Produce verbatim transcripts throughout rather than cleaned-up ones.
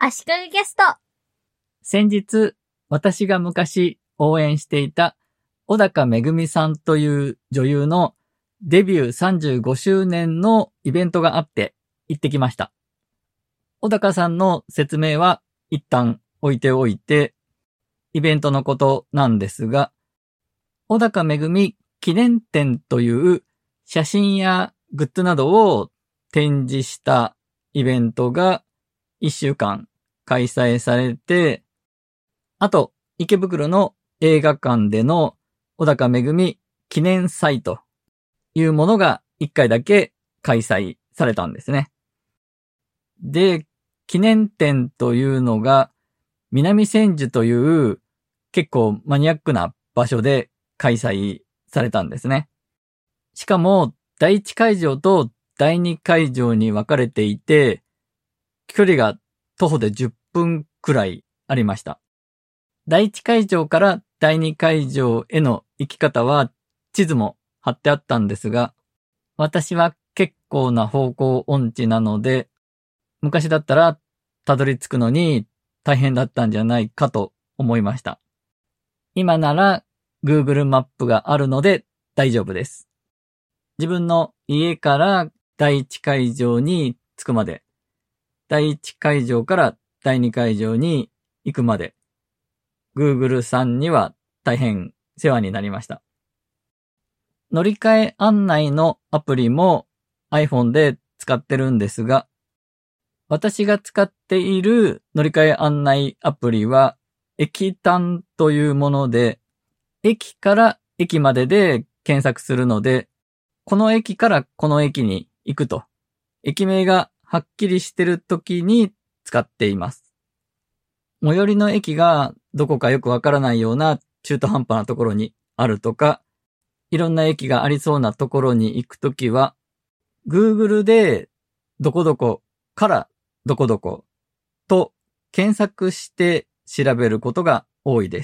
足利ゲスト。 先日、私が昔応援していた小高めぐみさんという女優のデビューさんじゅうごしゅうねんのイベントがあって行ってきました。小高さんの説明は一旦置いておいて、イベントのことなんですが、小高めぐみ記念展という写真やグッズなどを展示したイベントがいっしゅうかん開催されて、あと池袋の映画館での小高めぐみ記念祭というものがいっかいだけ開催されたんですね。で、記念展というのが南千住という結構マニアックな場所で開催されたんですね。しかもだいいち会場とだいに会場に分かれていて、距離が徒歩でじゅっぷんくらいありました。だいいち会場からだいに会場への行き方は地図も貼ってあったんですが、私は結構な方向音痴なので、昔だったらたどり着くのに大変だったんじゃないかと思いました。今なら Google マップがあるので大丈夫です。自分の家からだいいち会場に着くまで、だいいち会場からだいに会場に行くまで、Google さんには大変世話になりました。乗り換え案内のアプリも iPhone で使ってるんですが、私が使っている乗り換え案内アプリは駅単というもので、駅から駅までで検索するので、この駅からこの駅に行くと、駅名がはっきりしてる時に使っています。最寄りの駅がどこかよくわからないような中途半端なところにあるとか、いろんな駅がありそうなところに行くときは、Google でどこどこからどこどこと検索して調べることが多いです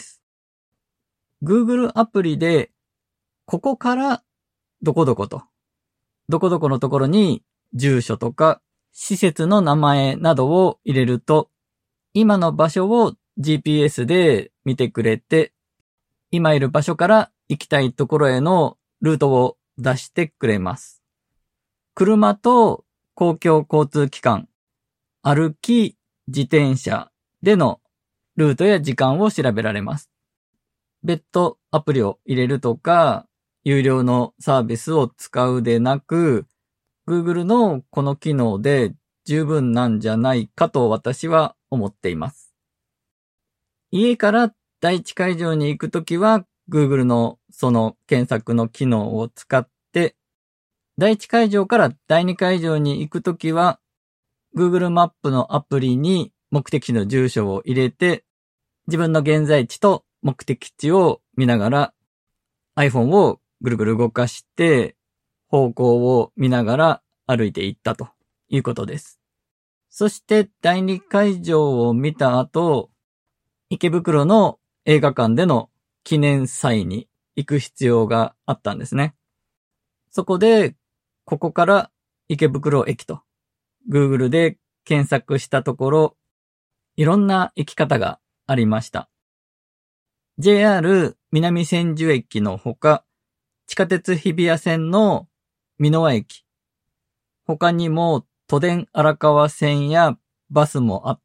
。Google アプリでここからどこどこと、どこどこのところに住所とか施設の名前などを入れると、今の場所を ジーピーエス で見てくれて、今いる場所から行きたいところへのルートを出してくれます。車と公共交通機関、歩き、自転車でのルートや時間を調べられます。別途アプリを入れるとか、有料のサービスを使うでなく、Google のこの機能で十分なんじゃないかと私は思っています。家からだいいち会場に行くときは Google のその検索の機能を使って、だいいち会場からだいに会場に行くときは Google マップのアプリに目的地の住所を入れて、自分の現在地と目的地を見ながら iPhone をぐるぐる動かして方向を見ながら歩いていったということです。そしてだいに会場を見た後、池袋の映画館での記念祭に行く必要があったんですね。そこで、ここから池袋駅と Google で検索したところ、いろんな行き方がありました。ジェイアール 南千住駅のほか、地下鉄日比谷線の美濃輪駅、他にも都電荒川線やバスもあって、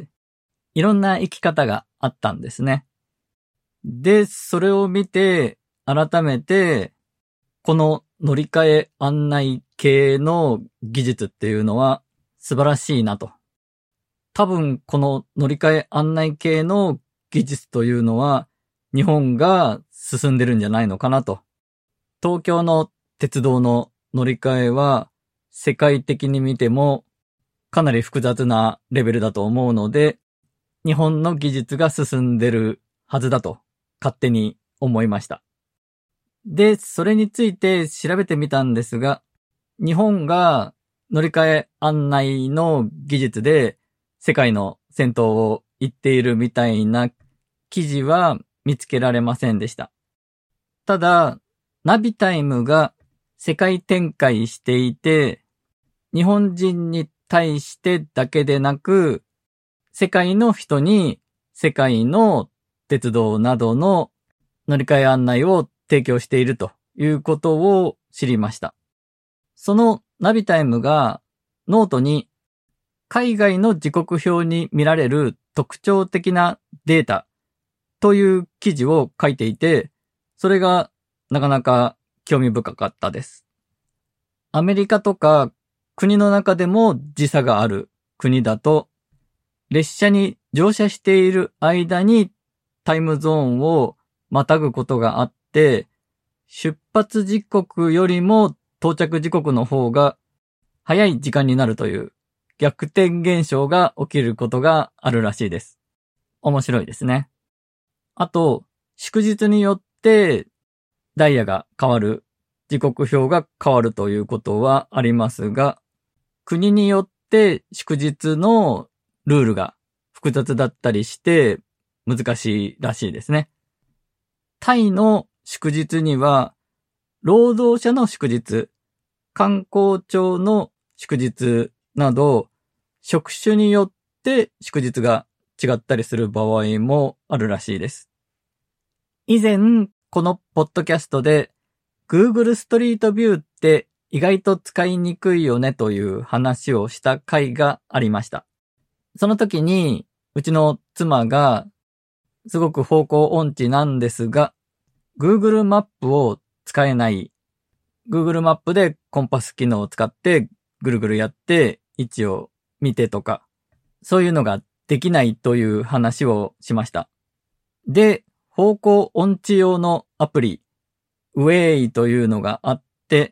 いろんな行き方があったんですね。で、それを見て、改めて、この乗り換え案内系の技術っていうのは素晴らしいなと。多分この乗り換え案内系の技術というのは日本が進んでるんじゃないのかなと。東京の鉄道の乗り換えは世界的に見てもかなり複雑なレベルだと思うので、日本の技術が進んでるはずだと勝手に思いました。で、それについて調べてみたんですが、日本が乗り換え案内の技術で世界の先頭を行っているみたいな記事は見つけられませんでした。ただ、ナビタイムが世界展開していて、日本人に対してだけでなく、 世界の人に世界の鉄道などの乗り換え案内を提供しているということを知りました。そのナビタイムがノートに海外の時刻表に見られる特徴的なデータという記事を書いていて、それがなかなか興味深かったです。アメリカとか国の中でも時差がある国だと、列車に乗車している間にタイムゾーンをまたぐことがあって、出発時刻よりも到着時刻の方が早い時間になるという逆転現象が起きることがあるらしいです。面白いですね。あと、祝日によってダイヤが変わる、時刻表が変わるということはありますが、国によって祝日のルールが複雑だったりして難しいらしいですね。タイの祝日には、労働者の祝日、観光庁の祝日など、職種によって祝日が違ったりする場合もあるらしいです。以前、このポッドキャストで、Google ストリートビューって意外と使いにくいよねという話をした回がありました。その時に、うちの妻が、すごく方向音痴なんですが、Google マップを使えない。Google マップでコンパス機能を使ってぐるぐるやって位置を見てとか、そういうのができないという話をしました。で、方向音痴用のアプリ、Way というのがあって、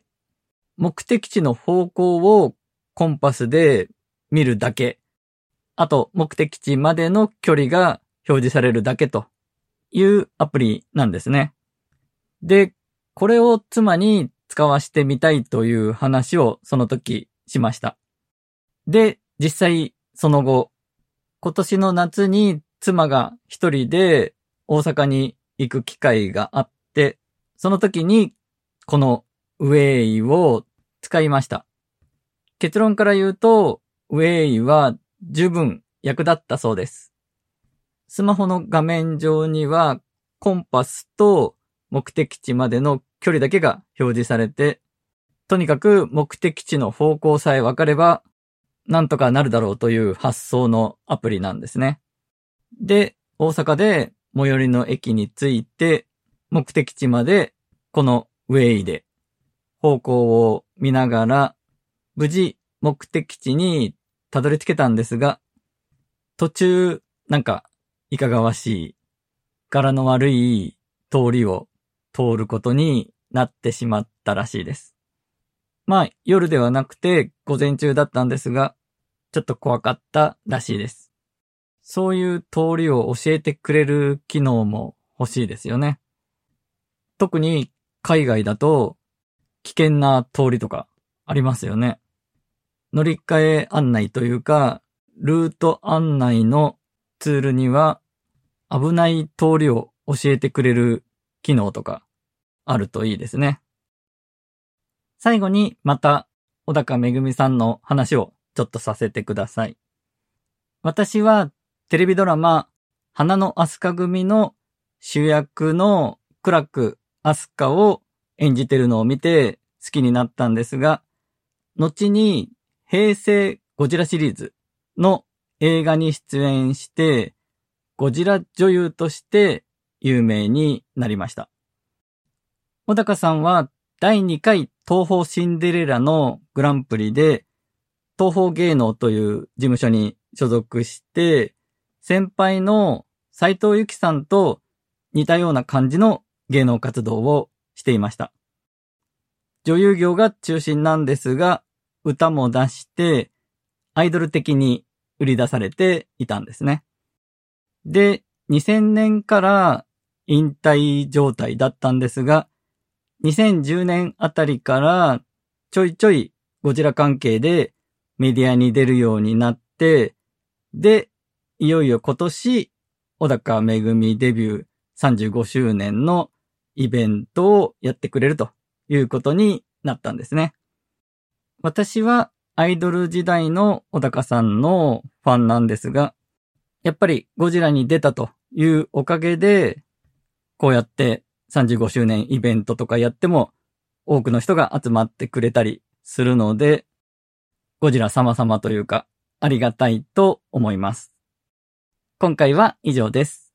目的地の方向をコンパスで見るだけ。あと、目的地までの距離が表示されるだけというアプリなんですね。で、これを妻に使わせてみたいという話をその時しました。で、実際その後、今年の夏に妻が一人で大阪に行く機会があって、その時にこの Way を使いました。結論から言うと、Way は十分役立ったそうです。スマホの画面上にはコンパスと目的地までの距離だけが表示されて、とにかく目的地の方向さえ分かればなんとかなるだろうという発想のアプリなんですね。で、大阪で最寄りの駅に着いて目的地までこの Way で方向を見ながら無事目的地にたどり着けたんですが、途中なんかいかがわしい柄の悪い通りを通ることになってしまったらしいです。まあ夜ではなくて午前中だったんですが、ちょっと怖かったらしいです。そういう通りを教えてくれる機能も欲しいですよね。特に海外だと危険な通りとかありますよね。乗り換え案内というか、ルート案内のツールには危ない通りを教えてくれる機能とかあるといいですね。最後にまた小高めぐみさんの話をちょっとさせてください。私はテレビドラマ花の飛鳥組の主役の苦楽飛鳥を演じてるのを見て好きになったんですが、後に平成ゴジラシリーズの映画に出演してゴジラ女優として有名になりました。小高さんはだいにかい東宝シンデレラのグランプリで東宝芸能という事務所に所属して先輩の斉藤由貴さんと似たような感じの芸能活動をしていました。女優業が中心なんですが、歌も出してアイドル的に売り出されていたんですね。で、にせんねんから引退状態だったんですが、にせんじゅうねんあたりからちょいちょいゴジラ関係でメディアに出るようになって、で、いよいよ今年、小高めぐみデビューさんじゅうごしゅうねんのイベントをやってくれるということになったんですね。私はアイドル時代の小高さんのファンなんですが、 やっぱりゴジラに出たというおかげで、こうやってさんじゅうごしゅうねんイベントとかやっても多くの人が集まってくれたりするので、ゴジラ様々というかありがたいと思います。今回は以上です。